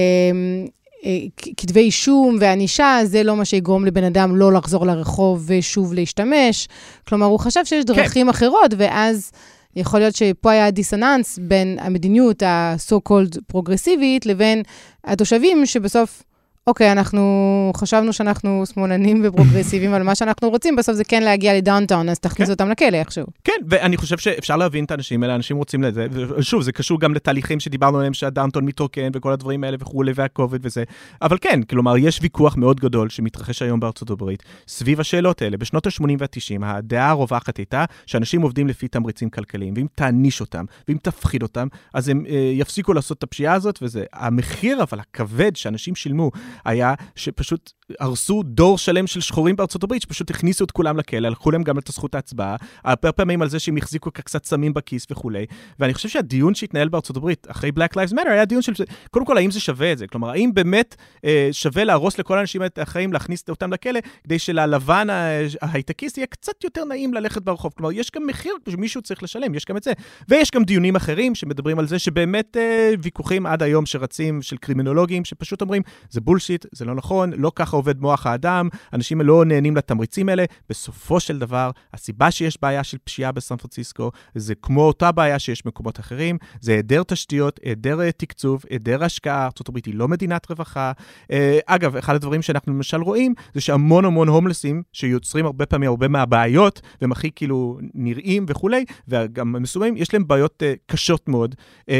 כתבי אישום וענישה, זה לא מה שיגרום לבן אדם לא לחזור לרחוב ושוב להשתמש. כלומר, הוא חשב שיש דרכים כן. אחרות, ואז יכול להיות שפה היה דיסוננס בין המדיניות ה-so called פרוגרסיבית, לבין התושבים שבסוף, אוקיי, אנחנו חשבנו שאנחנו שמאלנים ופרוגרסיביים, אבל מה שאנחנו רוצים בסוף זה כן להגיע לדאונטאון, אז תכניס כן. אותם לכלא איכשהו. כן, ואני חושב שאפשר להבין את האנשים האלה, אנשים רוצים לזה, ושוב, זה קשור גם לתהליכים שדיברנו עליהם, שהדאונטאון מתרוקן וכל הדברים האלה וכו' והקוביד וזה, אבל כן, כלומר, יש ויכוח מאוד גדול שמתרחש היום בארצות הברית, סביב השאלות האלה. בשנות ה-שמונים וה-תשעים, הדעה הרווחת הייתה שאנשים עובדים לפי תמריצים כלכליים, ואם תעניש אותם, ואם תפחיד אותם, אז הם אה, יפסיקו לעשות את הפשיעה הזאת, וזה המחיר, אבל הכבד שאנשים שילמו, היה שפשוט הרסו דור שלם של שחורים בארצות הברית, שפשוט הכניסו את כולם לכלא, הלכו להם גם את הזכות ההצבעה, הרבה פעמים על זה שהם החזיקו קצת סמים בכיס וכו'. ואני חושב שהדיון שהתנהל בארצות הברית, אחרי Black Lives Matter, היה דיון של, קודם כל, האם זה שווה את זה? כלומר, האם באמת אה, שווה להרוס לכל האנשים את החיים, להכניס אותם לכלא, כדי שללבן ההייטקיסט יהיה קצת יותר נעים ללכת ברחוב. כלומר, יש גם מחיר שמישהו צריך לשלם, יש גם את זה. ויש גם דיונים אחרים שמדברים על זה שבאמת אה, ויכוחים עד היום שרצים של קרימינולוגים, שפשוט אומרים, זה בולשיט, זה לא נכון, לא ככה עובד מוח האדם, אנשים לא נהנים לתמריצים האלה. בסופו של דבר, הסיבה שיש בעיה של פשיעה בסן פרנסיסקו, זה כמו אותה בעיה שיש במקומות אחרים, זה היעדר תשתיות, היעדר תקצוב, היעדר השקעה. ארצות הברית היא לא מדינת רווחה. אגב, אחד הדברים שאנחנו למשל רואים, זה שהמון המון הומלסים, שיוצרים הרבה פעמים הרבה מהבעיות, והם הכי כאילו נראים וכולי, וגם מסוימים, יש להם בעיות קשות מאוד,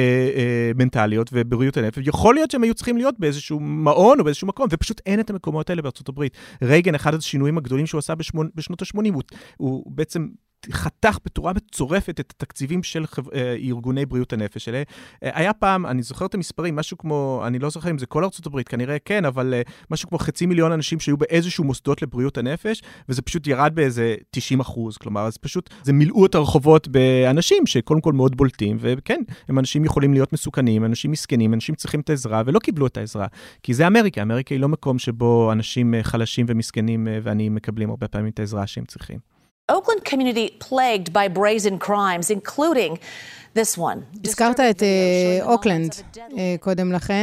מנטליות ובריאות הנפש. יכול להיות שהם היו צריכים להיות באיזשהו מעון או באיזשהו מקום, ופשוט אין את המקומות האלה בארצות הברית. רייגן, אחד השינויים הגדולים שהוא עשה בשנות ה-שמונים, הוא, הוא בעצם חתך בתורה מצורפת את התקציבים של ארגוני בריאות הנפש האלה. היה פעם, אני זוכר את המספרים, משהו כמו, אני לא זוכר אם זה כל ארצות הברית, כנראה כן, אבל משהו כמו חצי מיליון אנשים שהיו באיזשהו מוסדות לבריאות הנפש, וזה פשוט ירד באיזה תשעים אחוז, כלומר, אז פשוט, זה מילאו את הרחובות באנשים שקודם כל מאוד בולטים, וכן, הם אנשים יכולים להיות מסוכנים, אנשים מסכנים, אנשים צריכים את העזרה, ולא קיבלו את העזרה, כי זה אמריקה, אמריקה היא לא מקום שבו אנשים חלשים ומסכנים, ואני מקבלים הרבה פעמים את העזרה שהם צריכים. Oakland community plagued by brazen crimes, including this one. הזכרת את אוקלנד קודם לכן,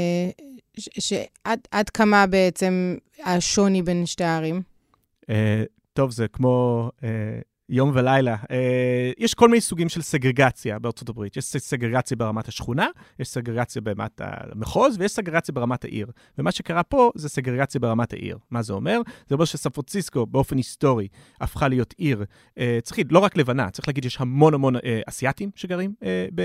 שעד כמה בעצם השוני בין שתי הערים? טוב, זה כמו... יום ולילה. יש כל מיני סוגים של סגרגציה בארצות הברית. יש סגרגציה ברמת השכונה, יש סגרגציה ברמת המחוז, ויש סגרגציה ברמת העיר. ומה שקרה פה זה סגרגציה ברמת העיר. מה זה אומר? זה אומר שסן פרנסיסקו באופן היסטורי הפכה להיות עיר. צריך להגיד, לא רק לבנה, צריך להגיד, יש המון המון אסיאטים שגרים ב...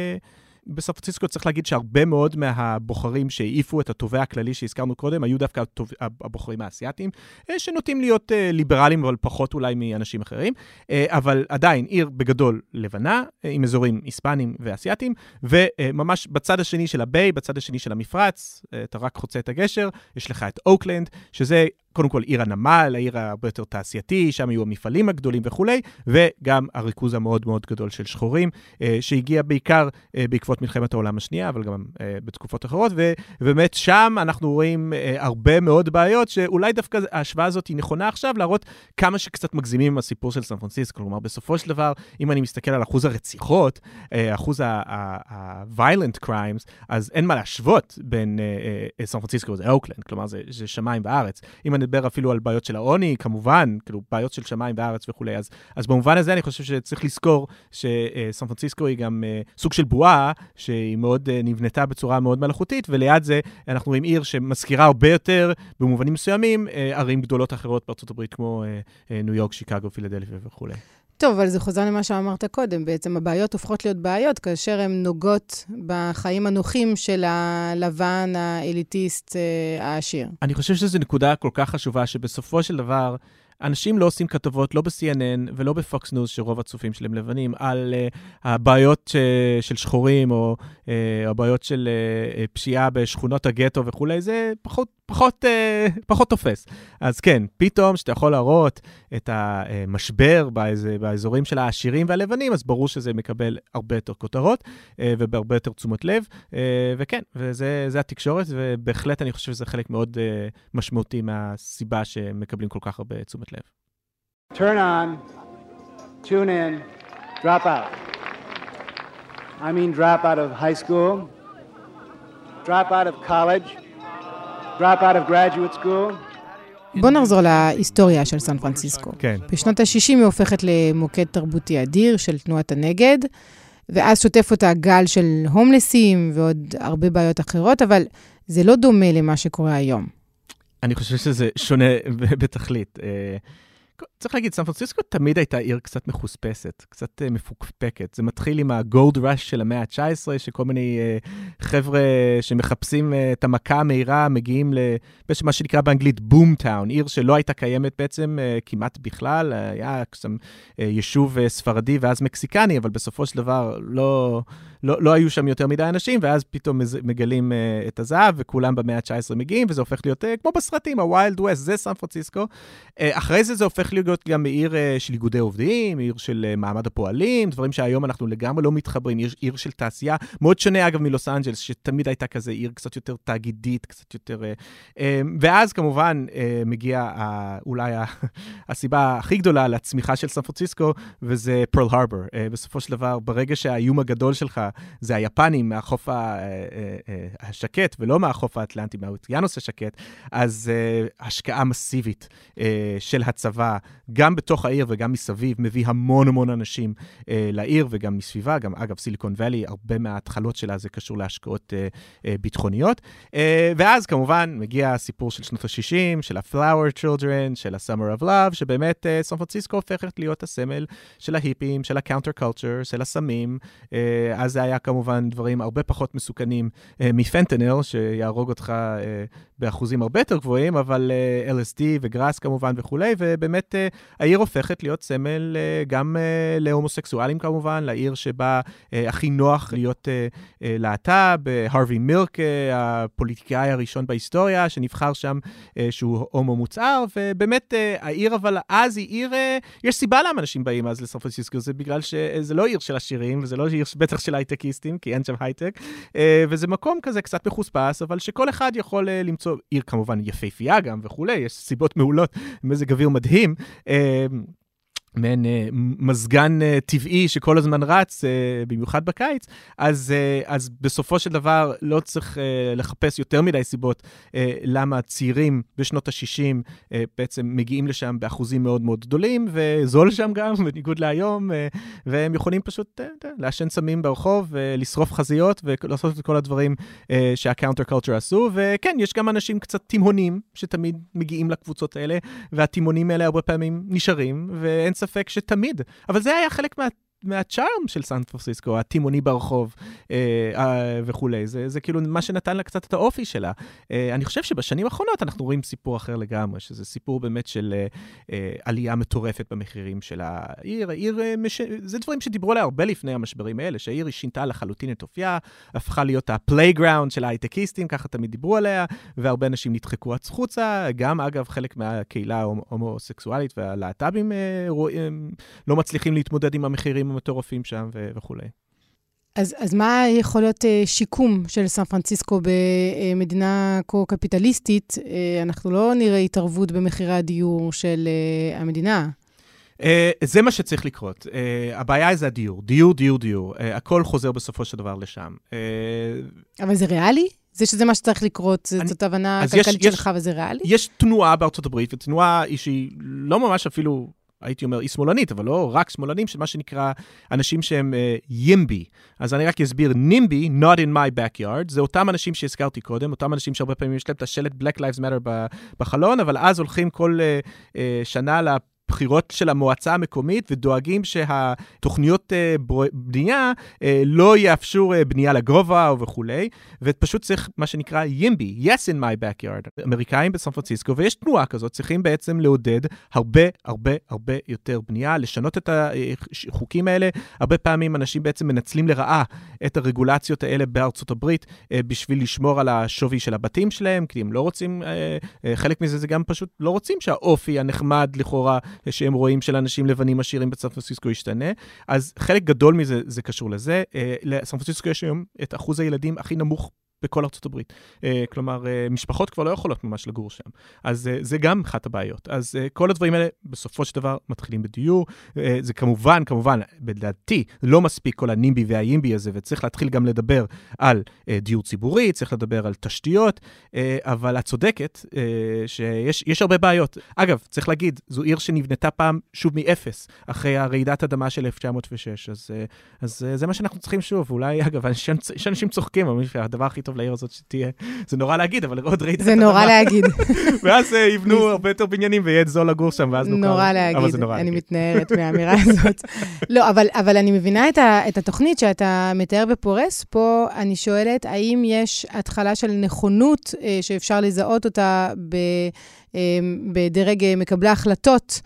בסן פרנסיסקו צריך להגיד שהרבה מאוד מהבוחרים שהעיפו את התובע הכללי שהזכרנו קודם, היו דווקא הבוחרים האסייתיים, שנוטים להיות ליברליים, אבל פחות אולי מאנשים אחרים, אבל עדיין עיר בגדול לבנה, עם אזורים היספנים ואסייתיים, וממש בצד השני של הביי, בצד השני של המפרץ, אתה רק חוצה את הגשר, יש לך את אוקלנד, שזה קודם כל עיר הנמל, העיר הרבה יותר תעשייתי, שם היו המפעלים הגדולים וכולי, וגם הריכוז המאוד מאוד גדול של שחורים, שהגיע בעיקר בעקבות מלחמת העולם השנייה, אבל גם בתקופות אחרות, ובאמת שם אנחנו רואים הרבה מאוד בעיות, שאולי דווקא ההשוואה הזאת היא נכונה עכשיו, להראות כמה שקצת מגזימים עם הסיפור של סן פרנסיסקו. כלומר, בסופו של דבר, אם אני מסתכל על אחוז הרציחות, אחוז ה-violent crimes, אז אין מה להשוות בין סן פרנסיסקו ואוקלנד, כלומר, זה שמיים וארץ. אם אני נדבר אפילו על בעיות של העוני, כמובן, כאילו בעיות של שמיים וארץ וכולי. אז, אז במובן הזה אני חושב שצריך לזכור שסן פרנסיסקו היא גם סוג של בועה, שהיא מאוד נבנתה בצורה מאוד מלאכותית, וליד זה אנחנו רואים עיר שמזכירה הרבה יותר, במובנים מסוימים, ערים גדולות אחרות בארצות הברית, כמו ניו יורק, שיקגו, פילדלפיה וכולי. טוב, אבל זה חוזר למה שאמרת קודם. בעצם הבעיות הופכות להיות בעיות, כאשר הן נוגעות בחיים הנוחים של הלבן, האליטיסט, העשיר. אני חושב שזו נקודה כל כך חשובה, שבסופו של דבר, אנשים לא עושים כתבות, לא ב-סי אן אן ולא ב-Fox News, שרוב הצופים שלהם לבנים, על uh, הבעיות ש- של שחורים, או uh, הבעיות של uh, פשיעה בשכונות הגטו וכולי, זה פחות, פחות, uh, פחות תופס. אז כן, פתאום שאתה יכול להראות את המשבר באז... באזורים של העשירים והלבנים, אז ברור שזה מקבל הרבה יותר כותרות, uh, ובהרבה יותר תשומת לב, uh, וכן, וזה זה התקשורת, ובהחלט אני חושב שזה חלק מאוד uh, משמעותי מהסיבה שמקבלים כל כך הרבה תשומת לב. Turn on, tune in, drop out. I mean drop out of high school, drop out of college, drop out of graduate school. בוא נחזור להיסטוריה של סן פרנסיסקו. כן. בשנות ה-שישים היא הופכת למוקד תרבותי אדיר של תנועת הנגד, ואז שוטף אותה גל של הומלסים ועוד הרבה בעיות אחרות, אבל זה לא דומה למה שקורה היום. אני חושב שזה שונה בתכלית. צריך להגיד, סן פרנסיסקו תמיד הייתה עיר קצת מחוספסת, קצת מפוקפקת. זה מתחיל עם הגולד ראש של המאה ה-תשע עשרה, שכל מיני חבר'ה שמחפשים את המכה המהירה, מגיעים למה שנקרא באנגלית בום טאון, עיר שלא הייתה קיימת בעצם כמעט בכלל, היה יישוב ספרדי ואז מקסיקני, אבל בסופו של דבר לא... לא, לא היו שם יותר מדי אנשים, ואז פתאום מגלים uh, את הזהב, וכולם במאה ה-תשע עשרה מגיעים, וזה הופך להיות uh, כמו בסרטים, הווילד ווסט, זה סן פרנסיסקו. Uh, אחרי זה זה הופך להיות גם עיר uh, של איגודי עובדים, עיר של uh, מעמד הפועלים, דברים שהיום אנחנו לגמרי לא מתחברים, עיר, עיר של תעשייה, מאוד שונה אגב מלוס אנג'לס, שתמיד הייתה כזה עיר קצת יותר תאגידית, קצת יותר... Uh, uh, ואז כמובן uh, מגיע uh, אולי uh, הסיבה הכי גדולה לצמיחה של סן פרנסיסקו, וזה פרל הרבור. Uh, בסופו של דבר, ברגע שהאיום הגדול שלך, זה היפנים מהחוף השקט, ולא מהחוף האטלנטי, מהאוקיינוס השקט, אז השקעה מסיבית של הצבא, גם בתוך העיר וגם מסביב, מביא המון המון אנשים לעיר וגם מסביבה, גם אגב סיליקון ואלי, הרבה מההתחלות שלה זה קשור להשקעות ביטחוניות, ואז כמובן מגיע הסיפור של שנות ה-שישים, של ה-Flower Children, של ה-Summer of Love, שבאמת סן פרנסיסקו הופכת להיות הסמל של ההיפים, של ה-counterculture, של הסמים, אז זה היה כמובן דברים הרבה פחות מסוכנים uh, מפנטניל, שיהרוג אותך uh, באחוזים הרבה יותר גבוהים, אבל uh, אל אס די וגראס כמובן וכולי, ובאמת uh, העיר הופכת להיות סמל uh, גם uh, להומוסקסואלים כמובן, לעיר שבה uh, הכי נוח להיות uh, uh, להט"ב, הרווי מילק, uh, הפוליטיקאי הראשון בהיסטוריה, שנבחר שם uh, שהוא הומו מוצהר, ובאמת uh, העיר אבל אז היא עיר, uh, יש סיבה למה אנשים באים אז לסן פרנסיסקו, זה בגלל שזה לא עיר של עשירים, וזה לא עיר בטח של הייטקיסטים, כי אין שם הייטק, וזה מקום כזה קצת מחוספס, אבל שכל אחד יכול למצוא, עיר כמובן יפהפייה גם וכולי, יש סיבות מעולות, מזג אוויר מדהים, מעין מזגן טבעי שכל הזמן רץ, במיוחד בקיץ, אז, אז בסופו של דבר לא צריך לחפש יותר מדי סיבות למה צעירים בשנות ה-שישים בעצם מגיעים לשם באחוזים מאוד מאוד גדולים, וזול שם גם, בניגוד להיום, והם יכולים פשוט לעשן סמים ברחוב, לשרוף חזיות ולעשות את כל הדברים שהקאונטר קולצ'ר עשו, וכן, יש גם אנשים קצת תימהונים שתמיד מגיעים לקבוצות האלה, והתימהונים האלה הרבה פעמים נשארים, ואין ספק שתמיד, אבל זה היה חלק מה, מהצ'ארם של סן פרנסיסקו, התימוני ברחוב אה, אה, וכולי. זה, זה כאילו מה שנתן לה קצת את האופי שלה. אה, אני חושב שבשנים האחרונות אנחנו רואים סיפור אחר לגמרי, שזה סיפור באמת של אה, אה, עלייה מטורפת במחירים של העיר. העיר אה, מש... זה דברים שדיברו עליה הרבה לפני המשברים האלה, שהעיר היא שינתה לחלוטין את אופייה, הפכה להיות הפלייגראונד של ההייטקיסטים, ככה תמיד דיברו עליה, והרבה אנשים נדחקו החוצה, גם אגב חלק מהקהילה ההומוסקסואלית והלהט"בים אה, רוא... אה, לא מצליחים להתמודד עם המחירים מטורפים שם ו- וכו'. אז, אז מה יכול להיות uh, שיקום של סן פרנסיסקו במדינה כה-קפיטליסטית? Uh, אנחנו לא נראה התערבות במחירי הדיור של uh, המדינה. Uh, זה מה שצריך לקרות. Uh, הבעיה זה הדיור. דיור, דיור, דיור. Uh, הכל חוזר בסופו של דבר לשם. Uh, אבל זה ריאלי? זה שזה מה שצריך לקרות, אני, זאת הבנה הכלכלית שלך וזה ריאלי? יש תנועה בארצות הברית, ותנועה שהיא לא ממש אפילו... הייתי אומר, היא שמאלנית, אבל לא רק שמאלנים, שמה שנקרא אנשים שהם יימבי. אז אני רק אסביר, נימבי, not in my backyard, זה אותם אנשים שהזכרתי קודם, אותם אנשים שהרבה פעמים יש להם את השלט Black Lives Matter בחלון, אבל אז הולכים כל uh, uh, שנה ל... בחירות של המועצה המקומית, ודואגים שהתוכניות בנייה לא יאפשרו בנייה לגובה וכולי, ופשוט צריך מה שנקרא יימבי, yes in my backyard. אמריקאים בסן פרנסיסקו, ויש תנועה כזאת, צריכים בעצם לעודד הרבה, הרבה, הרבה יותר בנייה, לשנות את החוקים האלה. הרבה פעמים אנשים בעצם מנצלים לרעה את הרגולציות האלה בארצות הברית, בשביל לשמור על השווי של הבתים שלהם, כי הם לא רוצים, חלק מזה זה גם פשוט לא רוצים שהאופי הנחמד לכאורה, שהם רואים של אנשים לבנים עשירים בסן פרנסיסקו ישתנה. אז חלק גדול מזה זה קשור לזה. לסן פרנסיסקו יש היום את אחוז הילדים הכי נמוך בכל ארצות הברית. כלומר, משפחות כבר לא יכולות ממש לגור שם. אז זה גם אחת הבעיות. אז כל הדברים האלה בסופו של דבר מתחילים בדיור. זה כמובן, כמובן, בדעתי, לא מספיק כל הנימבי והיימבי הזה, וצריך להתחיל גם לדבר על דיור ציבורי, צריך לדבר על תשתיות, אבל את צודקת שיש יש הרבה בעיות. אגב, צריך להגיד, זו עיר שנבנתה פעם שוב מאפס, אחרי הרעידת אדמה של אלף תשע מאות ושש. אז, אז זה מה שאנחנו צריכים שוב. אולי, אגב, יש אנשים צוחקים, אבל הדבר הכי טוב לעיר הזאת שתהיה, זה נורא להגיד, אבל עוד רעידת אדמה. זה נורא להגיד. ואז יבנו הרבה יותר בניינים ויהיה זול לגור שם, ואז נוכל. נורא להגיד, אני מתנערת מהאמירה הזאת. לא, אבל, אבל אני מבינה את, ה, את התוכנית שאתה מתאר בפורס, פה אני שואלת, האם יש התחלה של נכונות שאפשר לזהות אותה ב... בדרג מקבלי החלטות,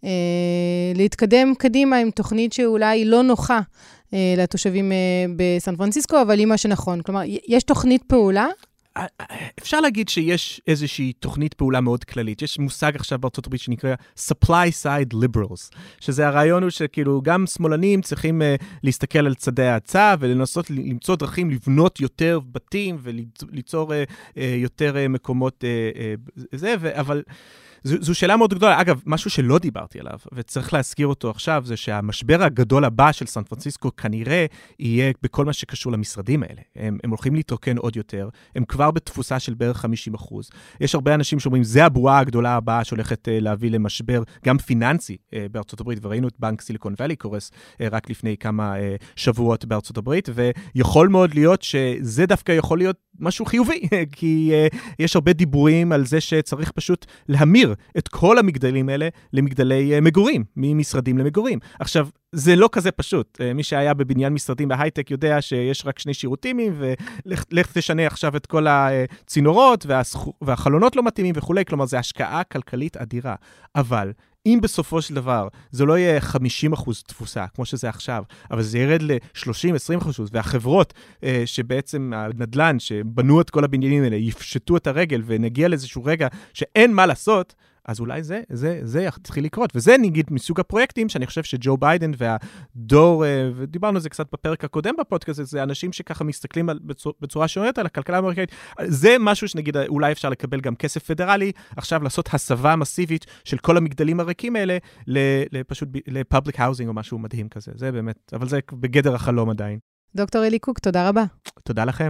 להתקדם קדימה עם תוכנית שאולי לא נוחה לתושבים בסן פרנסיסקו, אבל היא מה שנכון. כלומר, יש תוכנית פעולה? אפשר להגיד שיש איזושהי תוכנית פעולה מאוד כללית. יש מושג עכשיו בארצות הברית שנקרא supply side liberals, שזה הרעיון הוא שכאילו גם שמאלנים צריכים uh, להסתכל על צדי ההצעה ולנסות למצוא דרכים לבנות יותר בתים וליצור uh, uh, יותר uh, מקומות uh, uh, זה, ו- אבל... זו, זו שאלה מאוד גדולה. אגב, משהו שלא דיברתי עליו, וצריך להזכיר אותו עכשיו, זה שהמשבר הגדול הבא של סן פרנסיסקו כנראה יהיה בכל מה שקשור למשרדים האלה. הם, הם הולכים להתרוקן עוד יותר, הם כבר בתפוסה של בערך חמישים אחוז. יש הרבה אנשים שאומרים, זה הבועה הגדולה הבאה שהולכת uh, להביא למשבר, גם פיננסי uh, בארצות הברית, וראינו את בנק סיליקון ואלי קורס uh, רק לפני כמה uh, שבועות בארצות הברית, ויכול מאוד להיות שזה דווקא יכול להיות משהו חיובי, כי uh, יש הרבה דיבורים על זה שצריך פשוט להמיר את כל המגדלים האלה למגדלי uh, מגורים, ממשרדים למגורים. עכשיו, זה לא כזה פשוט. Uh, מי שהיה בבניין משרדים בהייטק יודע שיש רק שני שירותימים, ולך תשנה עכשיו את כל הצינורות, והסחו, והחלונות לא מתאימים וכולי, כלומר, זה השקעה כלכלית אדירה. אבל אם בסופו של דבר זה לא יהיה חמישים אחוז תפוסה, כמו שזה עכשיו, אבל זה ירד ל-שלושים עד עשרים אחוז, והחברות אה, שבעצם הנדלן שבנו את כל הבניינים האלה, יפשטו את הרגל ונגיע לאיזשהו רגע שאין מה לעשות, אז אולי זה, זה, זה יתחיל לקרות. וזה נגיד מסוג הפרויקטים שאני חושב שג'ו ביידן והדור, ודיברנו על זה קצת בפרק הקודם בפודקאסט, זה אנשים שככה מסתכלים בצורה שונית על הכלכלה האמריקאית. זה משהו שנגיד אולי אפשר לקבל גם כסף פדרלי, עכשיו לעשות הסבה מסיבית של כל המגדלים הריקים האלה, לפשוט, לפאבליק האוזינג או משהו מדהים כזה. זה באמת, אבל זה בגדר החלום עדיין. דוקטור אלי קוק, תודה רבה. תודה לכם.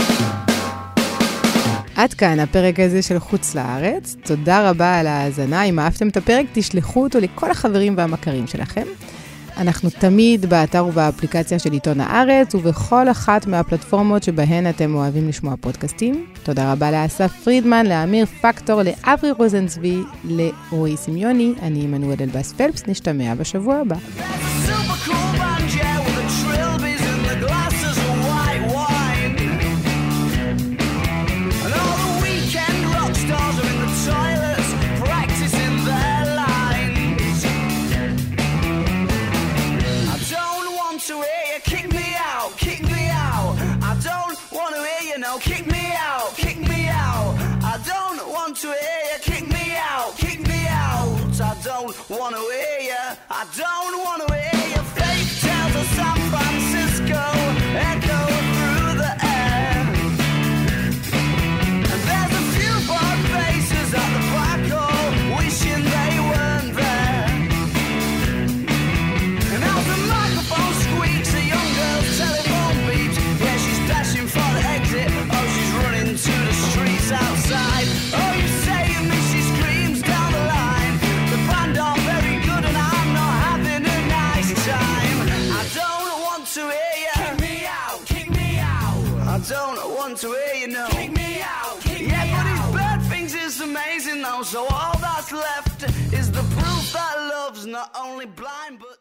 עד כאן הפרק הזה של חוץ לארץ. תודה רבה על ההאזנה. אם אהבתם את הפרק, תשלחו אותו לכל החברים והמכרים שלכם. אנחנו תמיד באתר ובאפליקציה של עיתון הארץ, ובכל אחת מהפלטפורמות שבהן אתם אוהבים לשמוע פודקאסטים. תודה רבה לאסף פרידמן, לאמיר פקטור, לאברי רוזנצבי, לרועי סמיוני. אני עמנואל אלבאס פלפס, נשתמע בשבוע הבא. Kick me out, kick me out. I don't want to hear you. Kick me out, kick me out. I don't want to hear you. I don't want to hear you. Fake tales of San Francisco echo through the air. And there's a few bored faces at the black hole wishing they weren't there. And as the microphone squeaks, a young girl's telephone beeps. Yeah, she's dashing for the exit. Oh, she's running to the streets outside. Oh, you save me, she screams down the line. The band are very good and I'm not having a nice time. I don't want to hear you. Kick me out, kick me out. I don't want to hear you, no. Kick me out, kick yeah, me out. Yeah, but his bird thinks it's amazing though. So all that's left is the proof that love's not only blind but